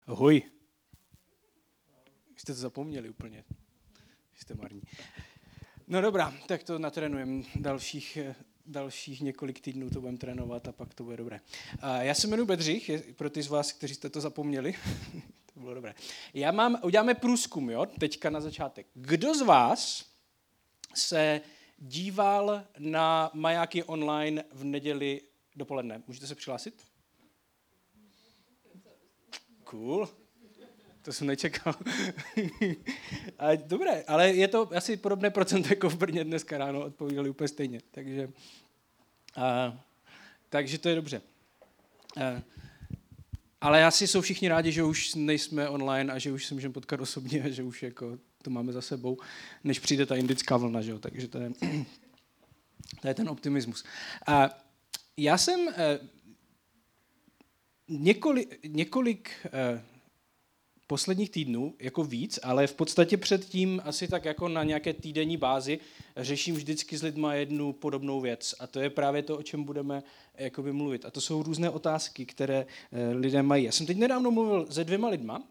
Ahoj. Jste to zapomněli úplně. Jste marní. No dobrá, tak to natrénujeme dalších několik týdnů to budeme trénovat a pak to bude dobré. Já se jmenuji Bedřich, pro ty z vás, kteří jste to zapomněli. To bylo dobré. Uděláme průzkum, jo, teďka na začátek. Kdo z vás se díval na Majáky online v neděli dopoledne? Můžete se přihlásit? Cool. To jsem nečekal. Dobré, ale je to asi podobné procento jako v Brně dneska ráno, odpovídali úplně stejně. Takže to je dobře. Ale asi jsou všichni rádi, že už nejsme online a že už se můžeme potkat osobně a že už jako to máme za sebou, než přijde ta indická vlna, že jo? Takže to je ten optimismus. Já jsem několik posledních týdnů, jako víc, ale v podstatě předtím asi tak jako na nějaké týdenní bázi řeším vždycky s lidma jednu podobnou věc a to je právě to, o čem budeme jakoby mluvit. A to jsou různé otázky, které lidé mají. Já jsem teď nedávno mluvil se 2 lidma,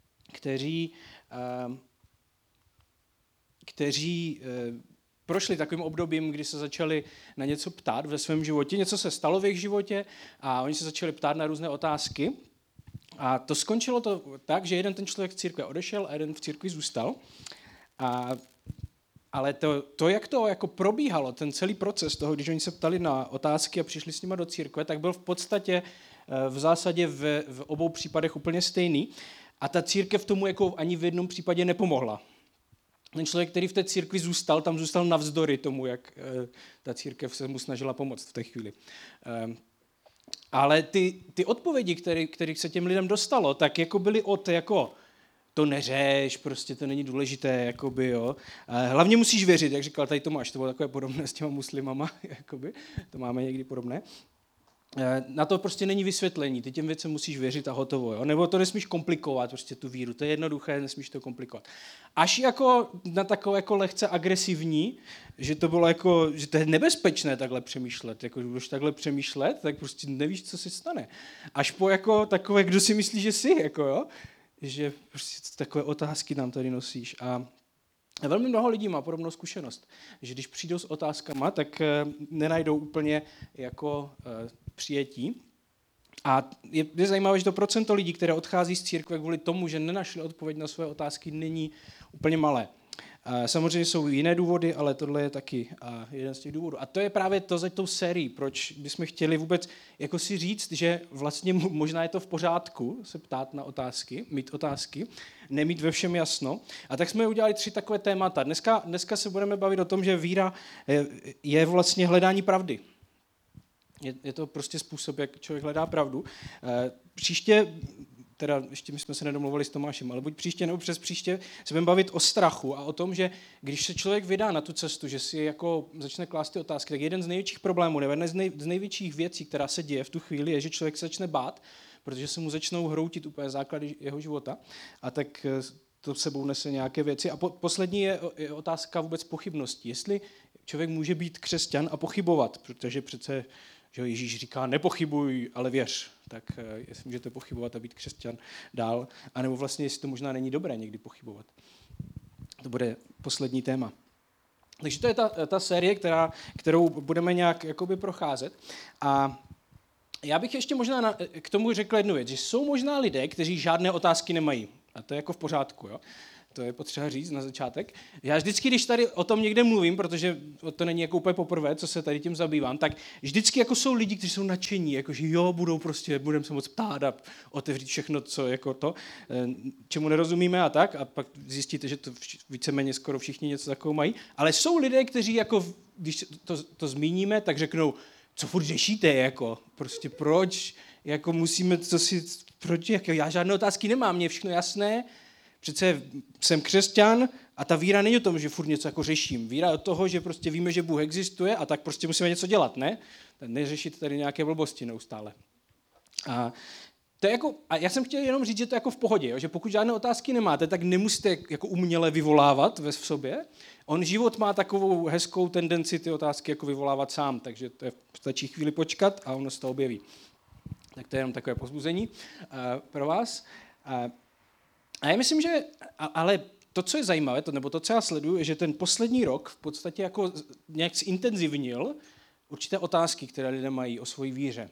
kteří prošli takovým obdobím, kdy se začali na něco ptát ve svém životě, něco se stalo v jejich životě a oni se začali ptát na různé otázky. A to skončilo to tak, že jeden ten člověk z církve odešel a jeden v církvi zůstal. Ale to, jak to jako probíhalo, ten celý proces toho, když oni se ptali na otázky a přišli s nima do církve, tak byl v podstatě v zásadě v obou případech úplně stejný. A ta církev tomu jako ani v jednom případě nepomohla. Ten člověk, který v té církvi zůstal, tam zůstal navzdory tomu, jak ta církev se mu snažila pomoct v té chvíli. Ale ty odpovědi, kterých se těm lidem dostalo, tak jako byly jako to neřeš, prostě to není důležité, jakoby, jo. Hlavně musíš věřit, jak říkal tady Tomáš, to bylo takové podobné s těma muslimama, jakoby, to máme někdy podobné. Na to prostě není vysvětlení, ty těm věcem musíš věřit a hotovo, jo. Nebo to nesmíš komplikovat, prostě tu víru, to je jednoduché, nesmíš to komplikovat. Až jako na takové jako lehce agresivní, že to bylo jako, že to je nebezpečné takhle přemýšlet, jako když budeš takhle přemýšlet, tak prostě nevíš, co se stane. Až po jako takové, kdo si myslí, že jsi, jako jo, že prostě takové otázky nám tady nosíš. A velmi mnoho lidí má podobnou zkušenost, že když přijdou s otázkama, tak nenajdou úplně jako přijetí. A je zajímavé, že to procento lidí, které odchází z církve kvůli tomu, že nenašli odpověď na své otázky, není úplně malé. Samozřejmě jsou jiné důvody, ale tohle je taky jeden z těch důvodů. A to je právě to za tou sérií, proč bychom chtěli vůbec jako si říct, že vlastně možná je to v pořádku se ptát na otázky, mít otázky, nemít ve všem jasno. A tak jsme udělali 3 takové témata. Dneska se budeme bavit o tom, že víra je vlastně hledání pravdy. Je to prostě způsob, jak člověk hledá pravdu. Příště, teda ještě my jsme se nedomluvili s Tomášem, ale buď příště nebo přes příště se budeme bavit o strachu a o tom, že když se člověk vydá na tu cestu, že si jako začne klást ty otázky, tak jeden z největších problémů, nebo jedna z největších věcí, která se děje v tu chvíli, je, že člověk se začne bát, protože se mu začnou hroutit úplně základy jeho života a tak to sebou nese nějaké věci. A poslední je otázka vůbec pochybností. Jestli člověk může být křesťan a pochybovat, protože přece že Ježíš říká, nepochybuj, ale věř. Tak jestli můžete pochybovat a být křesťan dál, anebo vlastně, jestli to možná není dobré někdy pochybovat. To bude poslední téma. Takže to je ta série, kterou budeme nějak jakoby procházet. A já bych ještě možná k tomu řekl jednu věc, že jsou možná lidé, kteří žádné otázky nemají. A to je jako v pořádku, jo. To je potřeba říct na začátek. Já vždycky, když tady o tom někde mluvím, protože to není jako úplně poprvé, co se tady tím zabývám, tak vždycky jako jsou lidi, kteří jsou nadšení, jako že jo, budeme se moc ptát a otevřít všechno, co jako to, čemu nerozumíme a tak, a pak zjistíte, že to víceméně skoro všichni něco takového mají. Ale jsou lidé, kteří jako, když to zmíníme, tak řeknou, co furt řešíte, jako, prostě proč, jako musíme, proč, jako já žádné otázky nemám, mě je všechno jasné. Přece jsem křesťan a ta víra není o tom, že furt něco jako řeším. Víra je od toho, že prostě víme, že Bůh existuje a tak prostě musíme něco dělat, ne? Neřešit tady nějaké blbosti neustále. A já jsem chtěl jenom říct, že to je jako v pohodě, jo? Že pokud žádné otázky nemáte, tak nemusíte jako uměle vyvolávat v sobě. Život má takovou hezkou tendenci ty otázky jako vyvolávat sám, takže to stačí chvíli počkat a ono se to objeví. Tak to je jenom takové povzbuzení pro vás. A já myslím, že, ale to, co je zajímavé, nebo to, co já sleduju, je, že ten poslední rok v podstatě jako nějak zintenzivnil určité otázky, které lidé mají o své víře.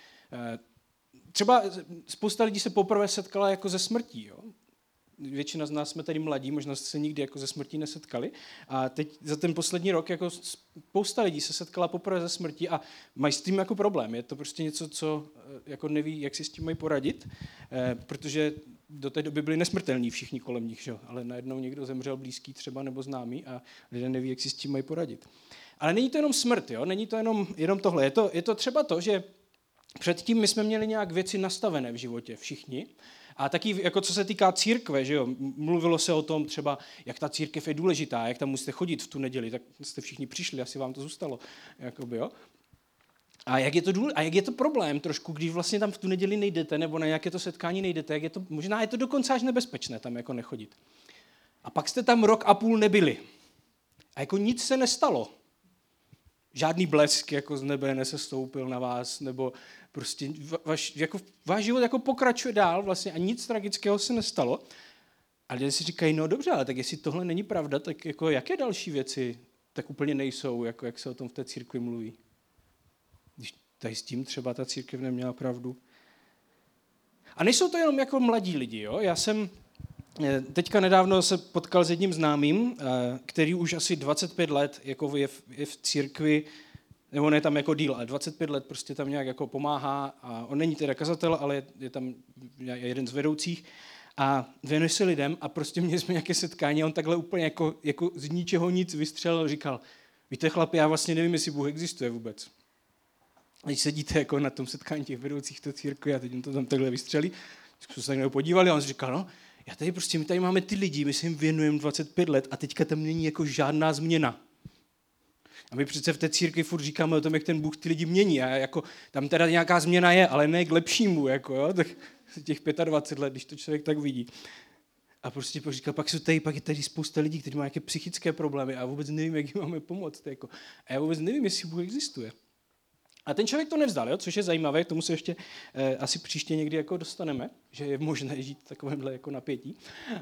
Třeba spousta lidí se poprvé setkala jako ze smrtí. Jo? Většina z nás jsme tady mladí, možná jste se nikdy jako ze smrtí nesetkali. A teď za ten poslední rok jako spousta lidí se setkala poprvé ze smrtí a mají s tím jako problém. Je to prostě něco, co jako neví, jak si s tím mají poradit, protože do té doby byli nesmrtelní všichni kolem nich, že? Ale najednou někdo zemřel blízký třeba nebo známý a lidé neví, jak si s tím mají poradit. Ale není to jenom smrt, jo? Není to jenom tohle. Je to třeba to, že předtím my jsme měli nějak věci nastavené v životě, všichni. A taky, jako co se týká církve, že jo, mluvilo se o tom třeba, jak ta církev je důležitá, jak tam musíte chodit v tu neděli, tak jste všichni přišli, asi vám to zůstalo. Jakoby, jo. A jak je to problém trošku, když vlastně tam v tu neděli nejdete, nebo na nějaké to setkání nejdete, možná je to dokonce až nebezpečné tam jako nechodit. A pak jste tam rok a půl nebyli. A jako nic se nestalo. Žádný blesk jako z nebe nesestoupil na vás, nebo prostě váš život jako pokračuje dál vlastně a nic tragického se nestalo. A lidé si říkají, no dobře, ale tak jestli tohle není pravda, tak jako jaké další věci tak úplně nejsou, jako jak se o tom v té církvi mluví. Když tady s tím třeba ta církev neměla pravdu. A nejsou to jenom jako mladí lidi, jo? Já jsem teďka nedávno se potkal s jedním známým, který už asi 25 let jako je v církvi, nebo ne tam jako díl, ale 25 let prostě tam nějak jako pomáhá a on není teda kazatel, ale je tam jeden z vedoucích a věnuje se lidem a prostě měli jsme nějaké setkání a on takhle úplně jako z ničeho nic vystřelil, říkal, víte chlapi, já vlastně nevím, jestli Bůh existuje vůbec. A když sedíte jako na tom setkání těch vedoucích té církve a teď jim to tam takhle vystřelí, jsme se tak podívali a on si říkal, no, my tady máme ty lidi, my se jim věnujeme 25 let a teďka tam není jako žádná změna. A my přece v té církvi furt říkáme o tom, jak ten Bůh ty lidi mění. A jako, tam teda nějaká změna je, ale ne k lepšímu. Jako, jo? Tak těch 25 let, když to člověk tak vidí. A prostě říká, pak je tady spousta lidí, kteří mají nějaké psychické problémy a vůbec nevím, jak jim máme pomoct. Jako. A já vůbec nevím, jestli Bůh existuje. A ten člověk to nevzdal, jo? Což je zajímavé, k tomu se ještě asi příště někdy jako dostaneme, že je možné žít takovémhle jako napětí.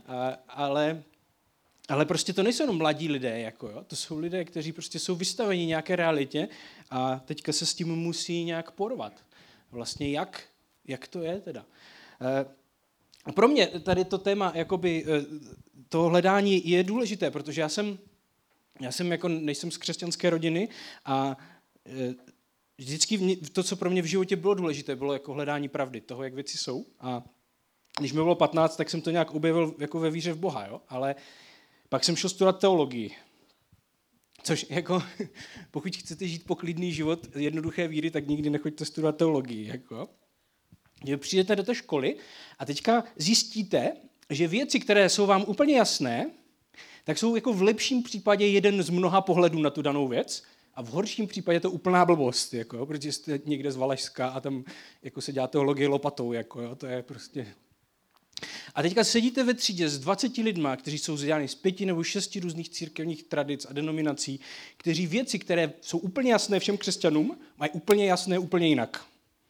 Ale prostě to nejsou jenom mladí lidé, jako, jo? To jsou lidé, kteří prostě jsou vystaveni nějaké realitě a teďka se s tím musí nějak porvat. Vlastně jak to je teda? A pro mě tady to téma jakoby, toho hledání je důležité, protože já jsem jako nejsem z křesťanské rodiny a vždycky to, co pro mě v životě bylo důležité, bylo jako hledání pravdy, toho, jak věci jsou. A když mi bylo 15, tak jsem to nějak objevil jako ve víře v Boha, jo? Ale pak jsem šel studovat teologii, což jako, pokud chcete žít poklidný život jednoduché víry, tak nikdy nechoďte studovat teologii. Jako. Že přijdete do té školy a teďka zjistíte, že věci, které jsou vám úplně jasné, tak jsou jako v lepším případě jeden z mnoha pohledů na tu danou věc a v horším případě je to úplná blbost, jako, protože jste někde z Valašska a tam jako se dělá teologie lopatou. Jako, jo, to je prostě... A teďka sedíte ve třídě s 20 lidma, kteří jsou vzděláni z 5 nebo 6 různých církevních tradic a denominací, kteří věci, které jsou úplně jasné všem křesťanům, mají úplně jasné úplně jinak.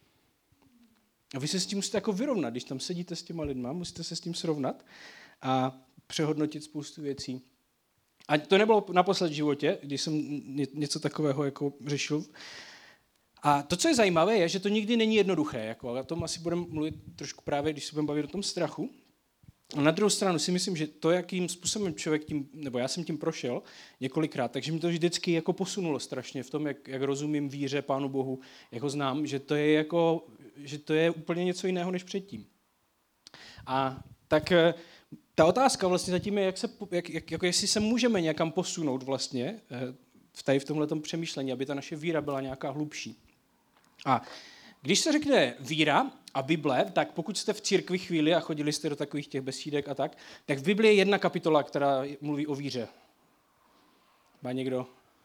A vy se s tím musíte jako vyrovnat, když tam sedíte s těma lidma, musíte se s tím srovnat a přehodnotit spoustu věcí. A to nebylo naposled v životě, když jsem něco takového jako řešil. A to, co je zajímavé, je, že to nikdy není jednoduché. Jako, a o tom asi budeme mluvit trošku právě, když se budeme bavit o tom strachu. A na druhou stranu si myslím, že to, jakým způsobem člověk tím, nebo já jsem tím prošel několikrát, takže mi to vždycky jako posunulo strašně v tom, jak rozumím víře Pánu Bohu, jak ho znám, že to je úplně něco jiného než předtím. A tak ta otázka vlastně zatím je, jestli se můžeme někam posunout vlastně v tomhletom přemýšlení, aby ta naše víra byla nějaká hlubší. A když se řekne víra a Bible, tak pokud jste v církvi chvíli a chodili jste do takových těch besídek a tak v Bibli je jedna kapitola, která mluví o víře. Má někdo?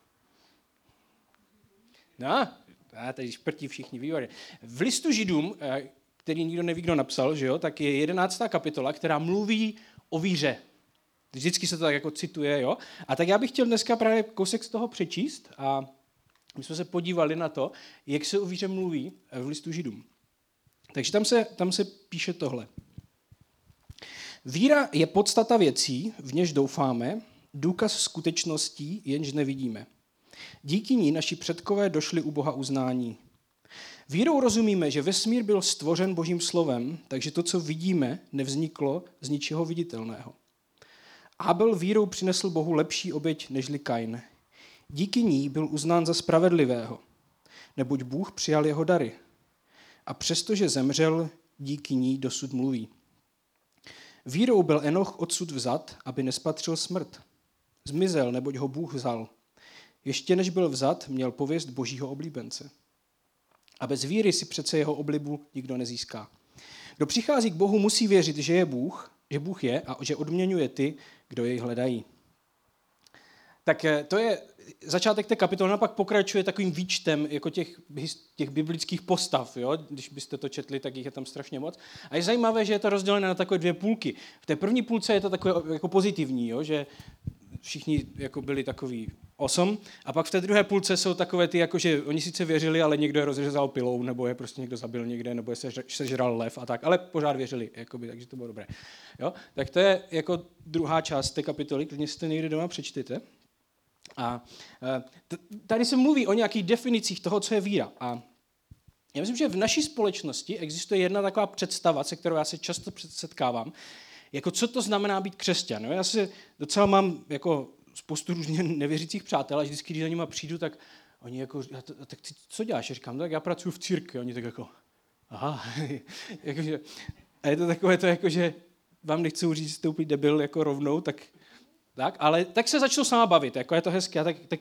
No, tady šprtí všichni, výborně. V listu Židům, který nikdo neví, kdo napsal, že jo, tak je 11. kapitola, která mluví o víře. Vždycky se to tak jako cituje, jo. A tak já bych chtěl dneska právě kousek z toho přečíst a my jsme se podívali na to, jak se o víře mluví v listu Židům. Takže tam se píše tohle. Víra je podstata věcí, v něž doufáme, důkaz skutečností, jenž nevidíme. Díky ní naši předkové došli u Boha uznání. Vírou rozumíme, že vesmír byl stvořen Božím slovem, takže to, co vidíme, nevzniklo z ničeho viditelného. Abel vírou přinesl Bohu lepší oběť nežli Kain. Díky ní byl uznán za spravedlivého, neboť Bůh přijal jeho dary. A přestože zemřel, díky ní dosud mluví. Vírou byl Enoch odsud vzat, aby nespatřil smrt. Zmizel, neboť ho Bůh vzal. Ještě než byl vzat, měl pověst Božího oblíbence. A bez víry si přece jeho oblibu nikdo nezíská. Kdo přichází k Bohu, musí věřit, že Bůh je a že odměňuje ty, kdo jej hledají. Tak to je začátek té kapitoly, a pak pokračuje takovým výčtem jako těch biblických postav. Jo? Když byste to četli, tak jich je tam strašně moc. A je zajímavé, že je to rozdělené na takové dvě půlky. V té první půlce je to takové jako pozitivní, jo? Že všichni jako byli takový awesome. A pak v té druhé půlce jsou takové ty, jako že oni sice věřili, ale někdo je rozřezal pilou, nebo je prostě někdo zabil někde, nebo je sežral lev a tak, ale pořád věřili, jakoby, takže to bylo dobré. Jo? Tak to je jako druhá část té kapitoly, klidně si to někde doma přečtěte. A tady se mluví o nějakých definicích toho, co je víra. A já myslím, že v naší společnosti existuje jedna taková představa, se kterou já se často setkávám, jako co to znamená být křesťan. Já se docela mám jako spoustu různě nevěřících přátel a vždycky, když za nima přijdu, tak oni jako, tak ty co děláš? Já říkám, tak já pracuji v církvi. Oni tak jako, aha. Jakože, a je to takové to jako, že vám nechci říct, že jste úplně debil jako rovnou, tak, ale tak se začnou s náma bavit, jako je to hezké.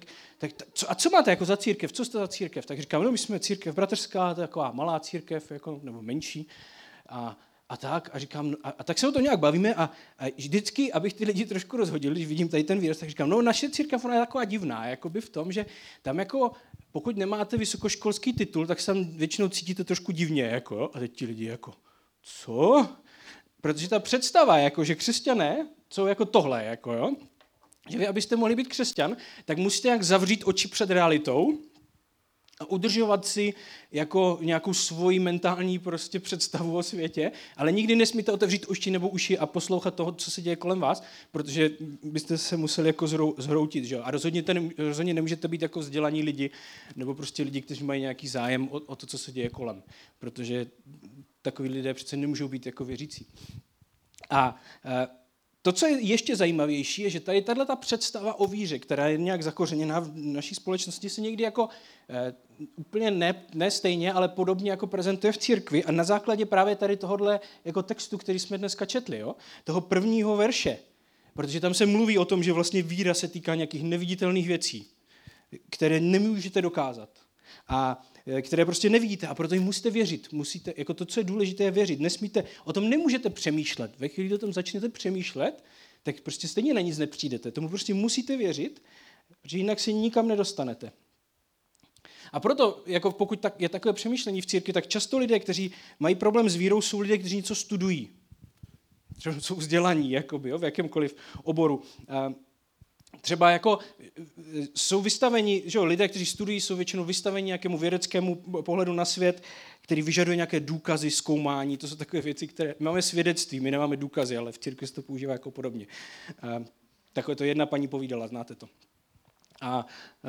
A co máte jako za církev? Co jste za církev? Tak říkám, no my jsme církev bratrská, to je taková malá církev, jako, nebo menší. A říkám, a tak se o to nějak bavíme a vždycky, abych ty lidi trošku rozhodil, když vidím tady ten výraz, tak říkám, no naše církev ona je taková divná, jakoby v tom, že tam jako, pokud nemáte vysokoškolský titul, tak se tam většinou cítíte trošku divně, jako, jo? A teď ti lidi jako, co? Protože ta představa, jako, že křesťané jsou jako tohle, jako, jo? Že vy, abyste mohli být křesťan, tak musíte jak zavřít oči před realitou a udržovat si jako nějakou svoji mentální prostě představu o světě, ale nikdy nesmíte otevřít oči nebo uši a poslouchat toho, co se děje kolem vás, protože byste se museli jako zhroutit, že jo? A rozhodně nemůžete být jako vzdělaní lidi, nebo prostě lidi, kteří mají nějaký zájem o to, co se děje kolem, protože takoví lidé přece nemůžou být jako věřící. A to, co je ještě zajímavější, je, že tady tato představa o víře, která je nějak zakořeněná v naší společnosti, se někdy jako úplně ne stejně, ale podobně jako prezentuje v církvi a na základě právě tady tohohle jako textu, který jsme dneska četli, jo? Toho prvního verše, protože tam se mluví o tom, že vlastně víra se týká nějakých neviditelných věcí, které nemůžete dokázat a které prostě nevidíte a proto jim musíte věřit. Musíte, jako to, co je důležité, je věřit. O tom nemůžete přemýšlet. Ve chvíli, kdy o tom začnete přemýšlet, tak prostě stejně na nic nepřijdete. Tomu prostě musíte věřit, protože jinak se nikam nedostanete. A proto, jako pokud je takové přemýšlení v církvi, tak často lidé, kteří mají problém s vírou, jsou lidé, kteří něco studují. Třeba jsou vzdělaní, jakoby, jo, v jakémkoliv oboru. Třeba jako jsou vystaveni, že jo, lidé, kteří studují, jsou většinou vystaveni nějakému vědeckému pohledu na svět, který vyžaduje nějaké důkazy, zkoumání. To jsou takové věci, které... My máme svědectví, my nemáme důkazy, ale v církvi se to používá jako podobně. Takové to jedna paní povídala, znáte to. A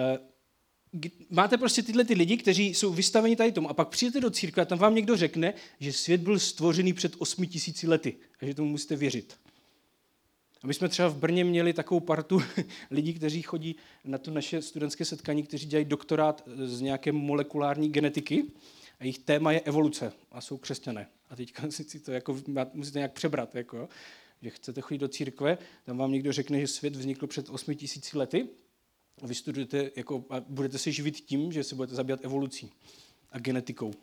máte prostě tyhle ty lidi, kteří jsou vystaveni tady tomu a pak přijdete do církve a tam vám někdo řekne, že svět byl stvořený před 8 000 lety a že tomu musíte věřit. A my jsme třeba v Brně měli takovou partu lidí, kteří chodí na to naše studentské setkání, kteří dělají doktorát z nějaké molekulární genetiky a jejich téma je evoluce a jsou křesťané. A teďka si to jako musíte nějak přebrat, jako, jo? Že chcete chodit do církve, tam vám někdo řekne, že svět vznikl před 8 000 lety a vy studujete jako, a budete se živit tím, že se budete zabývat evolucí a genetikou.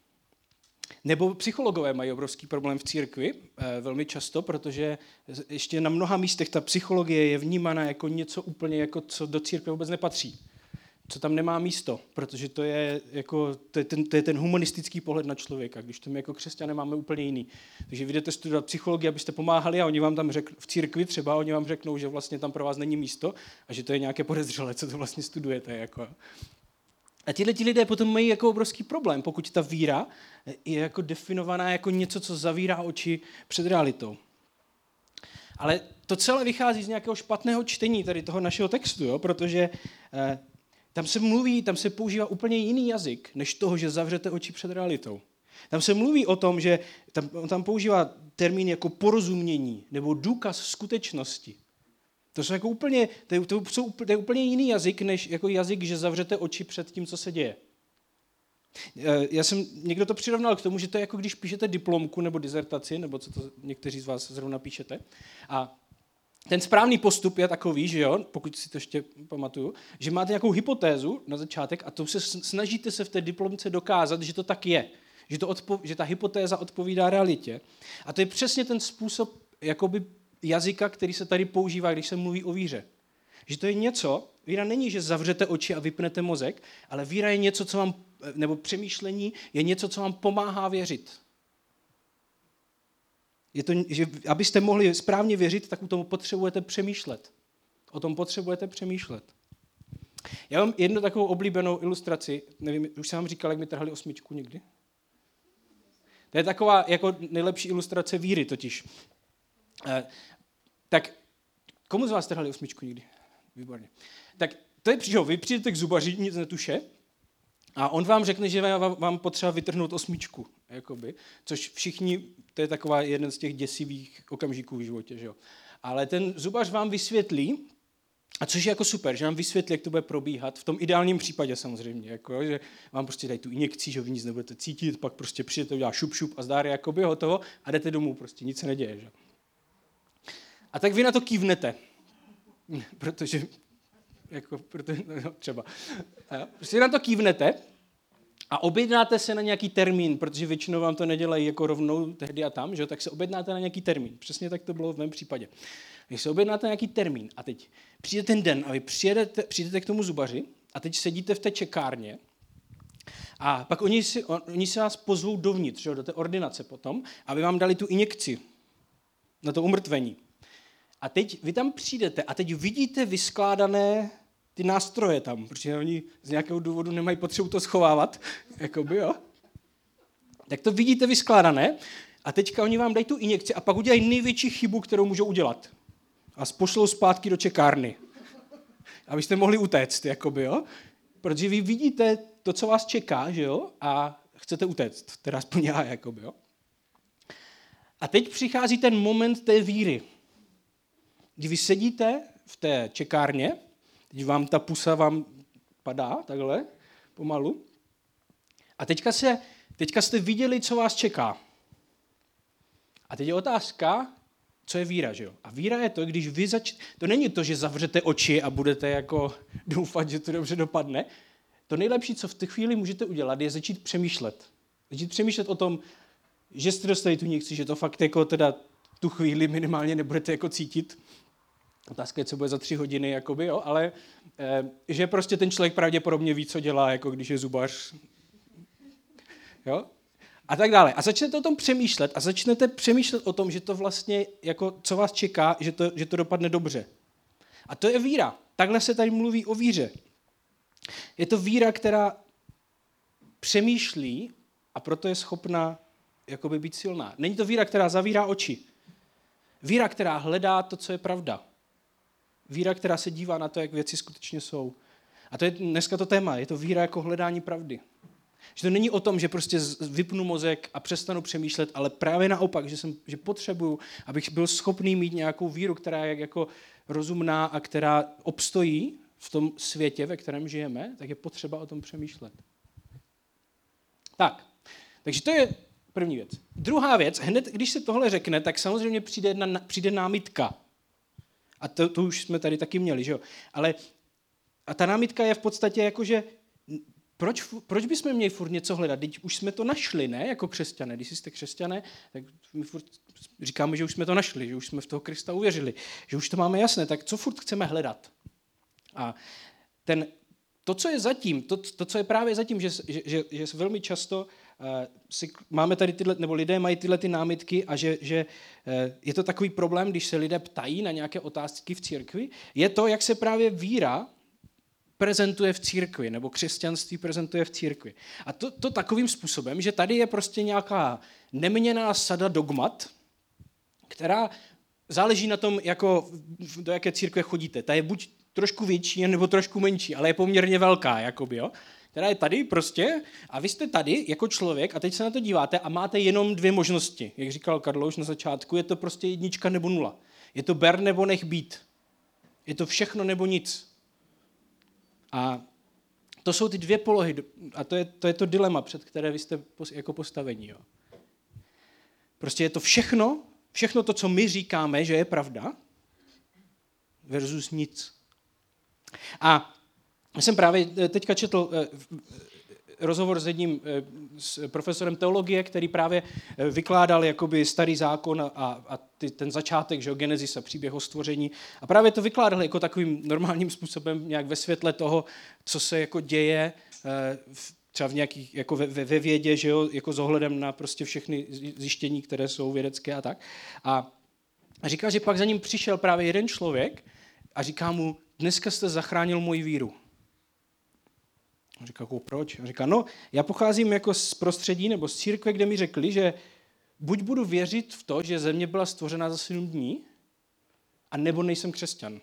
Nebo psychologové mají obrovský problém v církvi, velmi často, protože ještě na mnoha místech ta psychologie je vnímána jako něco úplně, jako co do církve vůbec nepatří. Co tam nemá místo, protože to je ten humanistický pohled na člověka, když to my jako křesťané máme úplně jiný. Takže vy jdete studovat psychologii, abyste pomáhali a oni vám tam v církvi třeba, oni vám řeknou, že vlastně tam pro vás není místo a že to je nějaké podezřelé, co to vlastně studujete. Jako. A ti lidé potom mají jako obrovský problém, pokud ta víra je jako definovaná jako něco, co zavírá oči před realitou. Ale to celé vychází z nějakého špatného čtení tady toho našeho textu, jo? Protože tam se používá úplně jiný jazyk, než toho, že zavřete oči před realitou. Tam se mluví o tom, že tam používá termín jako porozumění nebo důkaz skutečnosti. To jsou jako úplně, to je úplně jiný jazyk, než jako jazyk, že zavřete oči před tím, co se děje. Někdo to přirovnal k tomu, že to je jako když píšete diplomku nebo dizertaci, nebo co to někteří z vás zrovna píšete. A ten správný postup je takový, že jo, pokud si to ještě pamatuju, že máte nějakou hypotézu na začátek a to se snažíte se v té diplomce dokázat, že to tak je. Že ta hypotéza odpovídá realitě. A to je přesně ten způsob jakoby jazyka, který se tady používá, když se mluví o víře. Že to je něco, víra není, že zavřete oči a vypnete mozek, ale víra je něco, co vám, nebo přemýšlení je něco, co vám pomáhá věřit. Je to, že abyste mohli správně věřit, tak o tom potřebujete přemýšlet. O tom potřebujete přemýšlet. Já mám jednu takovou oblíbenou ilustraci, nevím, už jsem vám říkal, jak mi trhali 8 někdy. To je taková jako nejlepší ilustrace víry totiž. Tak komu z vás trhali 8 někdy? Výborně. Tak to je, že vy přijdete k zubaři, nic netuše, a on vám řekne, že vám potřeba vytrhnout 8, jakoby, což všichni, to je taková jeden z těch děsivých okamžiků v životě, že jo. Ale ten zubař vám vysvětlí, a což je jako super, že vám vysvětlí, jak to bude probíhat, v tom ideálním případě samozřejmě, jako, že vám prostě dají tu injekci, že vy nic nebudete cítit, pak prostě přijdete, udělá šup a zdár, jakoby hotovo a jdete domů, prostě nic se neděje, že. A tak vy na to kývnete, protože no, třeba. Prostě na to kývnete a objednáte se na nějaký termín, protože většinou vám to nedělají jako rovnou tehdy a tam, že? Tak se objednáte na nějaký termín. Přesně tak to bylo v mém případě. Když se objednáte na nějaký termín a teď přijde ten den a vy přijdete k tomu zubaři a teď sedíte v té čekárně a pak oni si vás pozvou dovnitř, že? Do té ordinace potom, aby vám dali tu injekci na to umrtvení. A teď vy tam přijdete a teď vidíte vyskládané ty nástroje tam, protože oni z nějakého důvodu nemají potřebu to schovávat, jakoby, jo. Tak to vidíte vyskládané a teďka oni vám dají tu injekci a pak udělají největší chybu, kterou můžou udělat. A pošlou zpátky do čekárny, abyste mohli utéct, jakoby, jo. Protože vy vidíte to, co vás čeká, že jo, a chcete utéct, teda aspoň já, jakoby, jo. A teď přichází ten moment té víry, kdy vy sedíte v té čekárně, teď vám ta pusa vám padá takhle pomalu a teďka jste viděli, co vás čeká. A teď je otázka, co je víra, že jo? A víra je to, když vy to není to, že zavřete oči a budete jako doufat, že to dobře dopadne. To nejlepší, co v té chvíli můžete udělat, je začít přemýšlet. Začít přemýšlet o tom, že jste dostali tu injekci, že to fakt jako teda tu chvíli minimálně nebudete jako cítit. Otázka je, co bude za 3 hodiny, jakoby, jo? Ale že prostě ten člověk pravděpodobně ví, co dělá, jako když je zubař. Jo? A tak dále. A začnete o tom přemýšlet a začnete přemýšlet o tom, že to vlastně, jako, co vás čeká, že to dopadne dobře. A to je víra. Takhle se tady mluví o víře. Je to víra, která přemýšlí a proto je schopna jakoby být silná. Není to víra, která zavírá oči. Víra, která hledá to, co je pravda. Víra, která se dívá na to, jak věci skutečně jsou. A to je dneska to téma. Je to víra jako hledání pravdy. Že to není o tom, že prostě vypnu mozek a přestanu přemýšlet, ale právě naopak, že potřebuju, abych byl schopný mít nějakou víru, která je jako rozumná a která obstojí v tom světě, ve kterém žijeme, tak je potřeba o tom přemýšlet. Tak, takže to je první věc. Druhá věc, hned když se tohle řekne, tak samozřejmě přijde námitka. A to už jsme tady taky měli, že jo? Ale a ta námitka je v podstatě jako, že proč bychom měli furt něco hledat? Teď už jsme to našli, ne? Jako křesťané. Když jste křesťané, tak my furt říkáme, že už jsme to našli, že už jsme v toho Krista uvěřili, že už to máme jasné, tak co furt chceme hledat? A to, co je zatím, to, co je právě zatím, že velmi často máme tady nebo lidé mají tyhle ty námitky a že je to takový problém, když se lidé ptají na nějaké otázky v církvi, je to, jak se právě víra prezentuje v církvi, nebo křesťanství prezentuje v církvi. A to takovým způsobem, že tady je prostě nějaká neměnná sada dogmat, která záleží na tom, jako do jaké církve chodíte. Ta je buď trošku větší, nebo trošku menší, ale je poměrně velká, jakoby, jo. Která je tady prostě a vy jste tady jako člověk a teď se na to díváte a máte jenom dvě možnosti. Jak říkal Karlo už na začátku, je to prostě 1 nebo 0. Je to ber nebo nech být. Je to všechno nebo nic. A to jsou ty dvě polohy a to je to dilema, před které vy jste jako postavení. Jo. Prostě je to všechno to, co my říkáme, že je pravda, versus nic. A já jsem právě teďka četl rozhovor s jedním s profesorem teologie, který právě vykládal jakoby starý zákon a ten začátek, že Genesis a příběh o stvoření. A právě to vykládal jako takovým normálním způsobem, nějak ve světle toho, co se jako děje třeba v nějakých, jako ve vědě, že jo, jako s ohledem na prostě všechny zjištění, které jsou vědecké a tak. A říká, že pak za ním přišel právě jeden člověk a říká mu, dneska jste zachránil moji víru. On říká, proč? On říká, no, já pocházím jako z prostředí nebo z církve, kde mi řekli, že buď budu věřit v to, že země byla stvořena za 7 dní, a nebo nejsem křesťan.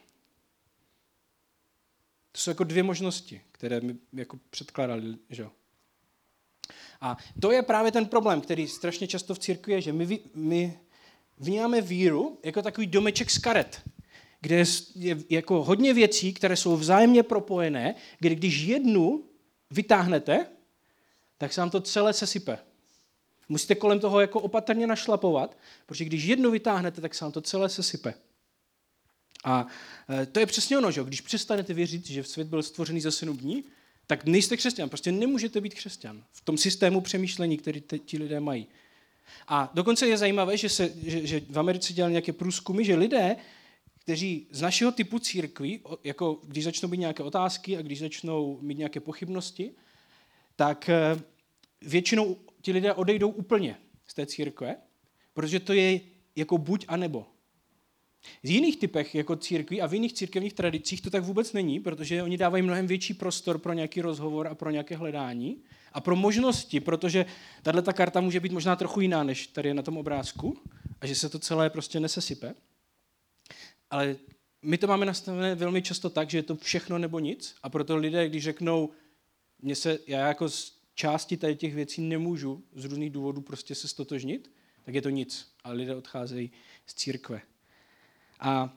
To jsou jako dvě možnosti, které mi jako předkládali, že? A to je právě ten problém, který strašně často v církvi je, že my vnímáme víru jako takový domeček z karet, kde je jako hodně věcí, které jsou vzájemně propojené, kde když jednu vytáhnete, tak se vám to celé sesype. Musíte kolem toho jako opatrně našlapovat, protože když jednu vytáhnete, tak se vám to celé sesype. A to je přesně ono, že když přestanete věřit, že svět byl stvořený za 7 dní, tak nejste křesťan, prostě nemůžete být křesťan v tom systému přemýšlení, který ti lidé mají. A dokonce je zajímavé, že v Americe dělali nějaké průzkumy, že lidé, kteří z našeho typu církví, jako když začnou mít nějaké otázky a když začnou mít nějaké pochybnosti, tak většinou ti lidé odejdou úplně z té církve, protože to je jako buď a nebo. Z jiných typech jako církví a v jiných církevních tradicích to tak vůbec není, protože oni dávají mnohem větší prostor pro nějaký rozhovor a pro nějaké hledání a pro možnosti, protože tato karta může být možná trochu jiná, než tady je na tom obrázku a že se to celé prostě nesesype. Ale my to máme nastavené velmi často tak, že je to všechno nebo nic a proto lidé, když řeknou, já jako z části tady těch věcí nemůžu z různých důvodů prostě se stotožnit, tak je to nic a lidé odcházejí z církve. A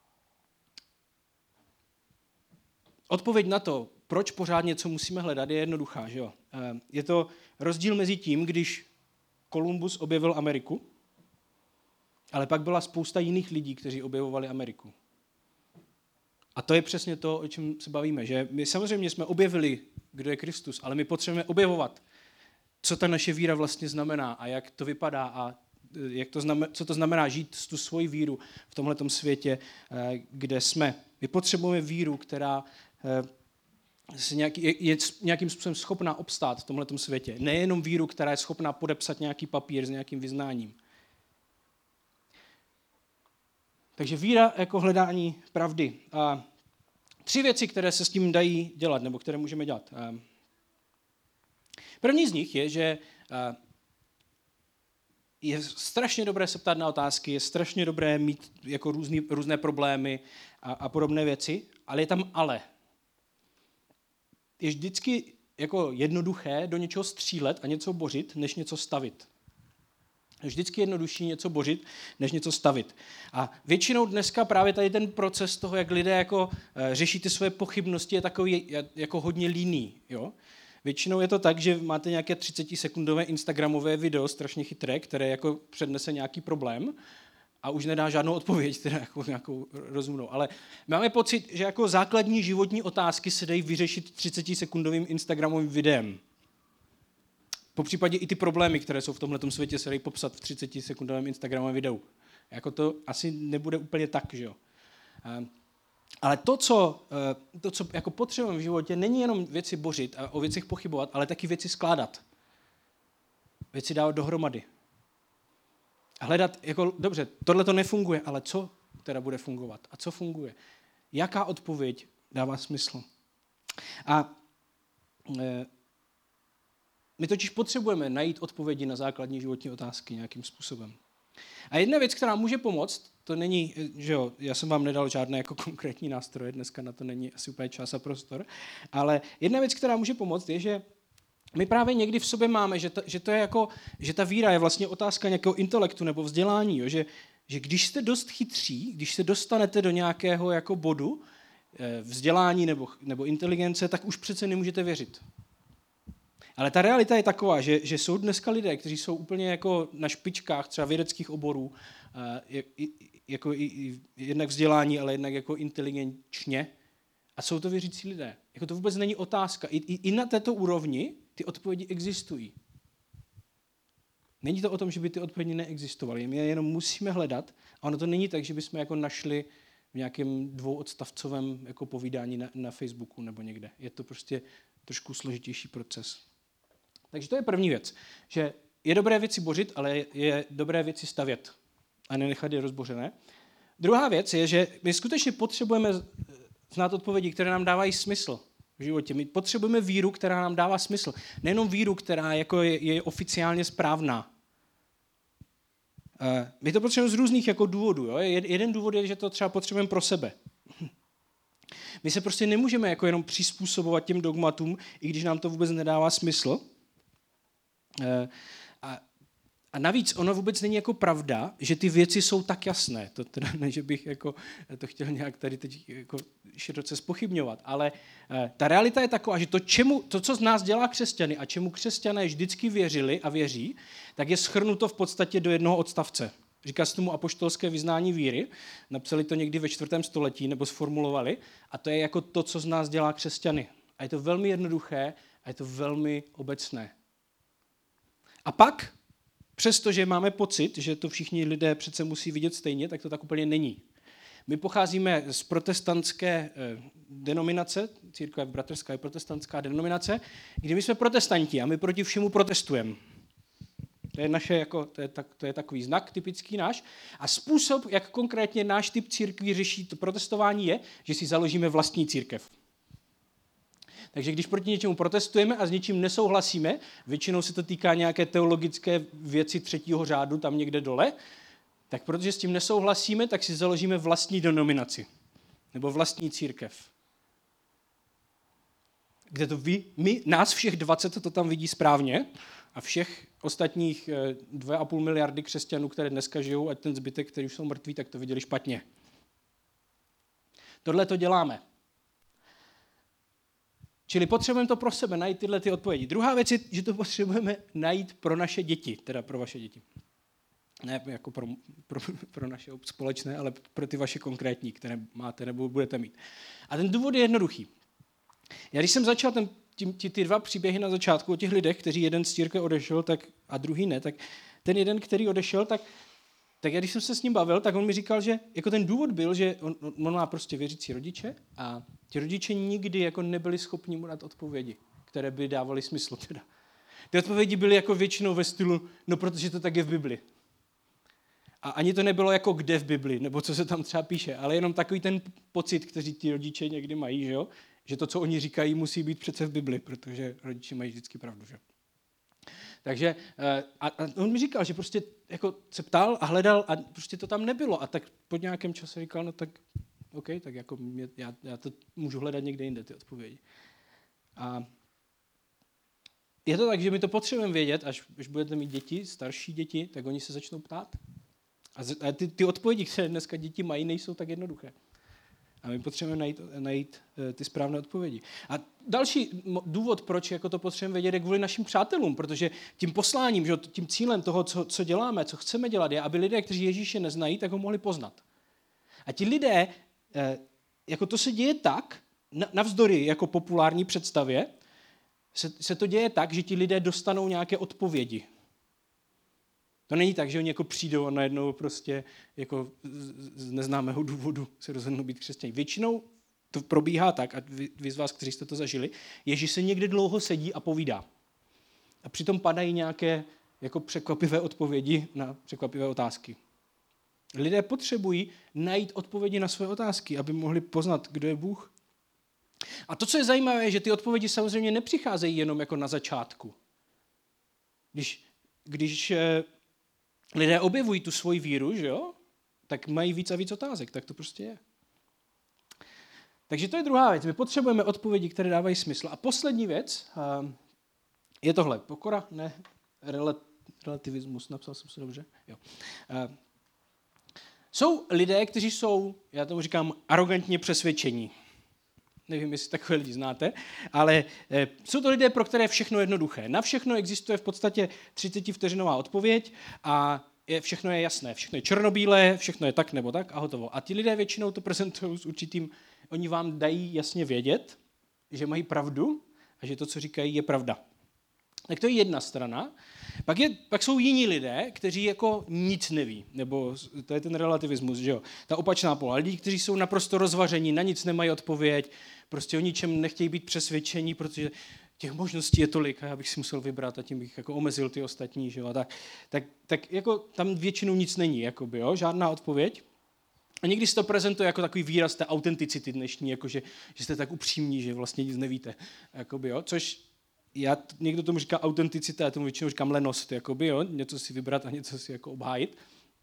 odpověď na to, proč pořád něco musíme hledat, je jednoduchá. Že jo? Je to rozdíl mezi tím, když Kolumbus objevil Ameriku, ale pak byla spousta jiných lidí, kteří objevovali Ameriku. A to je přesně to, o čem se bavíme. Že my samozřejmě jsme objevili, kdo je Kristus, ale my potřebujeme objevovat, co ta naše víra vlastně znamená a jak to vypadá a co to znamená žít tu svoji víru v tomhletom světě, kde jsme. My potřebujeme víru, která je nějakým způsobem schopná obstát v tomhletom světě. Nejenom víru, která je schopná podepsat nějaký papír s nějakým vyznáním. Takže víra jako hledání pravdy. A 3 věci, které se s tím dají dělat, nebo které můžeme dělat. První z nich je, že je strašně dobré se ptát na otázky, je strašně dobré mít jako různé problémy a podobné věci, ale je tam ale. Je vždycky jako jednoduché do něčeho střílet a něco bořit, než něco stavit. Je vždycky jednodušší něco bořit, než něco stavit. A většinou dneska právě tady ten proces toho, jak lidé jako řeší ty své pochybnosti, je takový jako hodně líný. Jo? Většinou je to tak, že máte nějaké 30-sekundové instagramové video, strašně chytré, které jako přednese nějaký problém a už nedá žádnou odpověď, teda jako nějakou rozumnou. Ale máme pocit, že jako základní životní otázky se dají vyřešit 30-sekundovým instagramovým videem. Popřípadě i ty problémy, které jsou v tomhletom světě, se dají popsat v 30-sekundovém instagramovém videu. Jako to asi nebude úplně tak, že jo. Ale to, co jako potřebujeme v životě, není jenom věci bořit a o věcech pochybovat, ale taky věci skládat. Věci dávat dohromady. A hledat, jako dobře, tohle to nefunguje, ale co teda bude fungovat? A co funguje? Jaká odpověď dává smysl? A my totiž potřebujeme najít odpovědi na základní životní otázky nějakým způsobem. A jedna věc, která může pomoct to není, že jo, já jsem vám nedal žádné jako konkrétní nástroje, dneska na to není asi úplně čas a prostor, ale jedna věc, která může pomoct, je, že my právě někdy v sobě máme, že to je jako, že ta víra je vlastně otázka nějakého intelektu nebo vzdělání, jo, že když jste dost chytří, když se dostanete do nějakého jako bodu vzdělání nebo inteligence, tak už přece nemůžete věřit. Ale ta realita je taková, že jsou dneska lidé, kteří jsou úplně jako na špičkách třeba vědeckých oborů, jako jednak vzdělání, ale jednak jako inteligenčně. A jsou to věřící lidé. Jako to vůbec není otázka. I na této úrovni ty odpovědi existují. Není to o tom, že by ty odpovědi neexistovaly. My je jenom musíme hledat. A ono to není tak, že bychom jako našli v nějakém 2odstavcovém jako povídání na Facebooku nebo někde. Je to prostě trošku složitější proces. Takže to je první věc, že je dobré věci bořit, ale je dobré věci stavět a nenechat je rozbořené. Druhá věc je, že my skutečně potřebujeme znát odpovědi, které nám dávají smysl v životě. My potřebujeme víru, která nám dává smysl. Nejenom víru, která jako je oficiálně správná. My to potřebujeme z různých jako důvodů. Jo? Jeden důvod je, že to třeba potřebujeme pro sebe. My se prostě nemůžeme jako jenom přizpůsobovat těm dogmatům, i když nám to vůbec nedává smysl. A navíc ono vůbec není jako pravda, že ty věci jsou tak jasné. To teda ne, že bych jako to chtěl nějak tady teď jako široce zpochybňovat, ale ta realita je taková, že to, co z nás dělá křesťany a čemu křesťané vždycky věřili a věří, tak je shrnuto v podstatě do jednoho odstavce. Říká se tomu apoštolské vyznání víry, napsali to někdy ve 4. století nebo sformulovali a to je jako to, co z nás dělá křesťany. A je to velmi jednoduché a je to velmi obecné. A pak, přestože máme pocit, že to všichni lidé přece musí vidět stejně, tak to tak úplně není. My pocházíme z protestantské denominace, církev bratrská je protestantská denominace, kdy my jsme protestanti a my proti všemu protestujeme. To je naše jako, to je takový znak typický náš. A způsob, jak konkrétně náš typ církví řeší to protestování, je, že si založíme vlastní církev. Takže když proti něčemu protestujeme a s něčím nesouhlasíme, většinou se to týká nějaké teologické věci 3. řádu tam někde dole, tak protože s tím nesouhlasíme, tak si založíme vlastní denominaci nebo vlastní církev. Kde to nás všech 20 to tam vidí správně a všech ostatních 2,5 miliardy křesťanů, které dneska žijou, a ten zbytek, který už jsou mrtví, tak to viděli špatně. Tohle to děláme. Čili potřebujeme to pro sebe, najít tyhle ty odpovědi. Druhá věc je, že to potřebujeme najít pro naše děti, teda pro vaše děti. Ne jako pro naše společné, ale pro ty vaše konkrétní, které máte nebo budete mít. A ten důvod je jednoduchý. Já když jsem začal ty dva příběhy na začátku o těch lidech, kteří jeden z církve odešel a druhý ne, tak ten jeden, který odešel, tak já když jsem se s ním bavil, tak on mi říkal, že jako ten důvod byl, že on má prostě věřící rodiče a ti rodiče nikdy jako nebyli schopni mu dát odpovědi, které by dávaly smysl. Teda. Ty odpovědi byly jako většinou ve stylu, no protože to tak je v Bibli. A ani to nebylo jako kde v Bibli, nebo co se tam třeba píše, ale jenom takový ten pocit, kteří ti rodiče někdy mají, že to, co oni říkají, musí být přece v Bibli, protože rodiče mají vždycky pravdu. Že? Takže a on mi říkal, že prostě jako se ptal a hledal a prostě to tam nebylo. A tak po nějakém čase říkal, no tak OK, tak jako já to můžu hledat někde jinde, ty odpovědi. A je to tak, že my to potřebujeme vědět, až budete mít děti, starší děti, tak oni se začnou ptát. A ty odpovědi, které dneska děti mají, nejsou tak jednoduché. A my potřebujeme najít ty správné odpovědi. A další důvod, proč jako to potřebujeme vědět, je kvůli našim přátelům, protože tím posláním, že, tím cílem toho, co děláme, co chceme dělat, je, aby lidé, kteří Ježíše neznají, tak ho mohli poznat. A ti lidé, jako to se děje tak, navzdory jako populární představě, se to děje tak, že ti lidé dostanou nějaké odpovědi. To není tak, že oni jako přijdou a najednou prostě jako z neznámého důvodu se rozhodnou být křesťané. Většinou to probíhá tak, a vy z vás, kteří jste to zažili, je, že se někde dlouho sedí a povídá. A přitom padají nějaké jako překvapivé odpovědi na překvapivé otázky. Lidé potřebují najít odpovědi na své otázky, aby mohli poznat, kdo je Bůh. A to, co je zajímavé, je, že ty odpovědi samozřejmě nepřicházejí jenom jako na začátku. Když lidé objevují tu svoji víru, že jo? tak mají víc a víc otázek, tak to prostě je. Takže to je druhá věc. My potřebujeme odpovědi, které dávají smysl. A poslední věc je tohle. Pokora, ne, relativismus, napsal jsem se dobře. Jo. Jsou lidé, kteří jsou, já tomu říkám, arrogantně přesvědčení. Nevím, jestli takové lidi znáte, ale jsou to lidé, pro které všechno je jednoduché. Na všechno existuje v podstatě 30vteřinová odpověď a všechno je jasné, všechno je černobílé, všechno je tak nebo tak a hotovo. A ti lidé většinou to prezentují s určitým, oni vám dají jasně vědět, že mají pravdu a že to, co říkají, je pravda. Tak to je jedna strana. Pak jsou jiní lidé, kteří jako nic neví, nebo to je ten relativismus, že jo? Ta opačná pola. Lidi, kteří jsou naprosto rozvaření, na nic nemají odpověď, prostě o ničem nechtějí být přesvědčení, protože těch možností je tolik a já bych si musel vybrat a tím bych jako omezil ty ostatní, že jo? Tak jako tam většinou nic není, jakoby, jo? Žádná odpověď. A někdy se to prezentuje jako takový výraz té autenticity dnešní, jako že jste tak upřímní, že vlastně nic nevíte, jakoby, jo? Což někdo tomu říká autenticita, já tomu většinou říkám lenost, jakoby, jo? Něco si vybrat a něco si jako obhájit.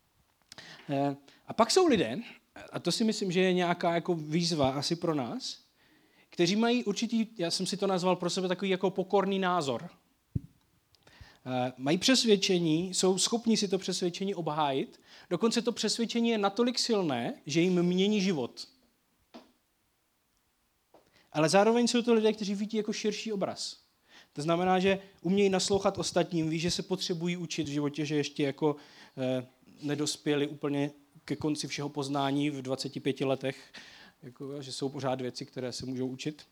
A pak jsou lidé, a to si myslím, že je nějaká jako výzva asi pro nás, kteří mají určitý, já jsem si to nazval pro sebe takový jako pokorný názor. Mají přesvědčení, jsou schopni si to přesvědčení obhájit, dokonce to přesvědčení je natolik silné, že jim mění život. Ale zároveň jsou to lidé, kteří vidí jako širší obraz. To znamená, že umějí naslouchat ostatním, ví, že se potřebují učit v životě, že ještě jako nedospěli úplně ke konci všeho poznání v 25 letech, jako, že jsou pořád věci, které se můžou učit.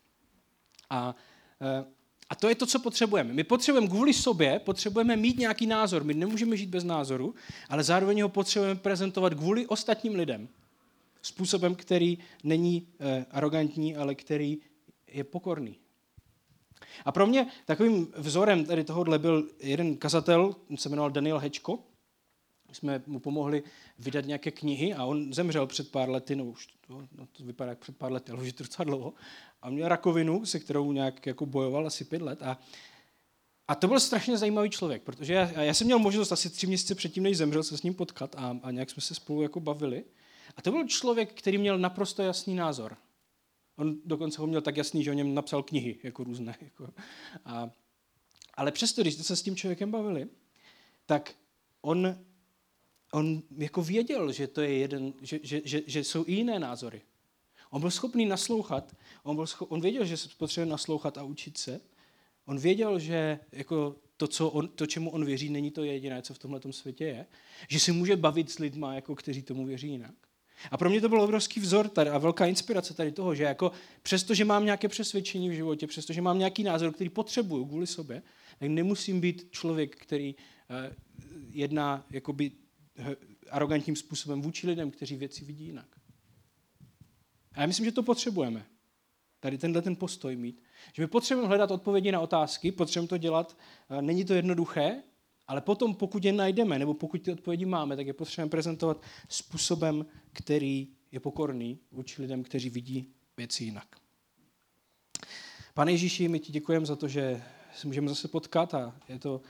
A to je to, co potřebujeme. My potřebujeme kvůli sobě, potřebujeme mít nějaký názor. My nemůžeme žít bez názoru, ale zároveň ho potřebujeme prezentovat kvůli ostatním lidem. Způsobem, který není arrogantní, ale který je pokorný. A pro mě takovým vzorem tady tohohle byl jeden kazatel, se jmenoval Daniel Hečko. Jsme mu pomohli vydat nějaké knihy a on zemřel před pár lety, no už to vypadá jak před pár lety, ale už je to docela dlouho. A měl rakovinu, se kterou nějak jako bojoval asi 5 let. A to byl strašně zajímavý člověk, protože já jsem měl možnost asi 3 měsíce předtím, než zemřel, se s ním potkat a nějak jsme se spolu jako bavili. A to byl člověk, který měl naprosto jasný názor. On dokonce ho měl tak jasný, že o něm napsal knihy, jako různé. Jako. Ale přesto, když jste se s tím člověkem bavili, tak on jako věděl, že to je že jsou i jiné názory. On byl schopný naslouchat, on věděl, že se potřebuje naslouchat a učit se. On věděl, že jako to, čemu on věří, není to jediné, co v tomhletom světě je. Že si může bavit s lidma, jako kteří tomu věří jinak. A pro mě to byl obrovský vzor tady a velká inspirace tady toho, že jako přesto, že mám nějaké přesvědčení v životě, přesto, že mám nějaký názor, který potřebuju kvůli sobě, tak nemusím být člověk, který jedná jakoby arrogantním způsobem vůči lidem, kteří věci vidí jinak. A já myslím, že to potřebujeme. Tady ten postoj mít. Že my potřebujeme hledat odpovědi na otázky, potřebujeme to dělat, není to jednoduché, ale potom, pokud je najdeme, nebo pokud ty odpovědi máme, tak je potřebujeme prezentovat způsobem, který je pokorný vůči lidem, kteří vidí věci jinak. Pane Ježíši, my ti děkujeme za to, že se můžeme zase potkat a je to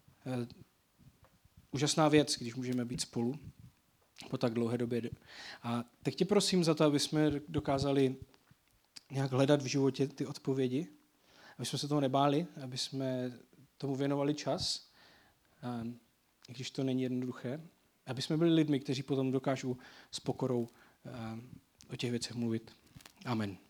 úžasná věc, když můžeme být spolu po tak dlouhé době. A teď tě prosím za to, aby jsme dokázali nějak hledat v životě ty odpovědi, aby jsme se toho nebáli, aby jsme tomu věnovali čas, i když to není jednoduché, aby jsme byli lidmi, kteří potom dokážou s pokorou o těch věcech mluvit. Amen.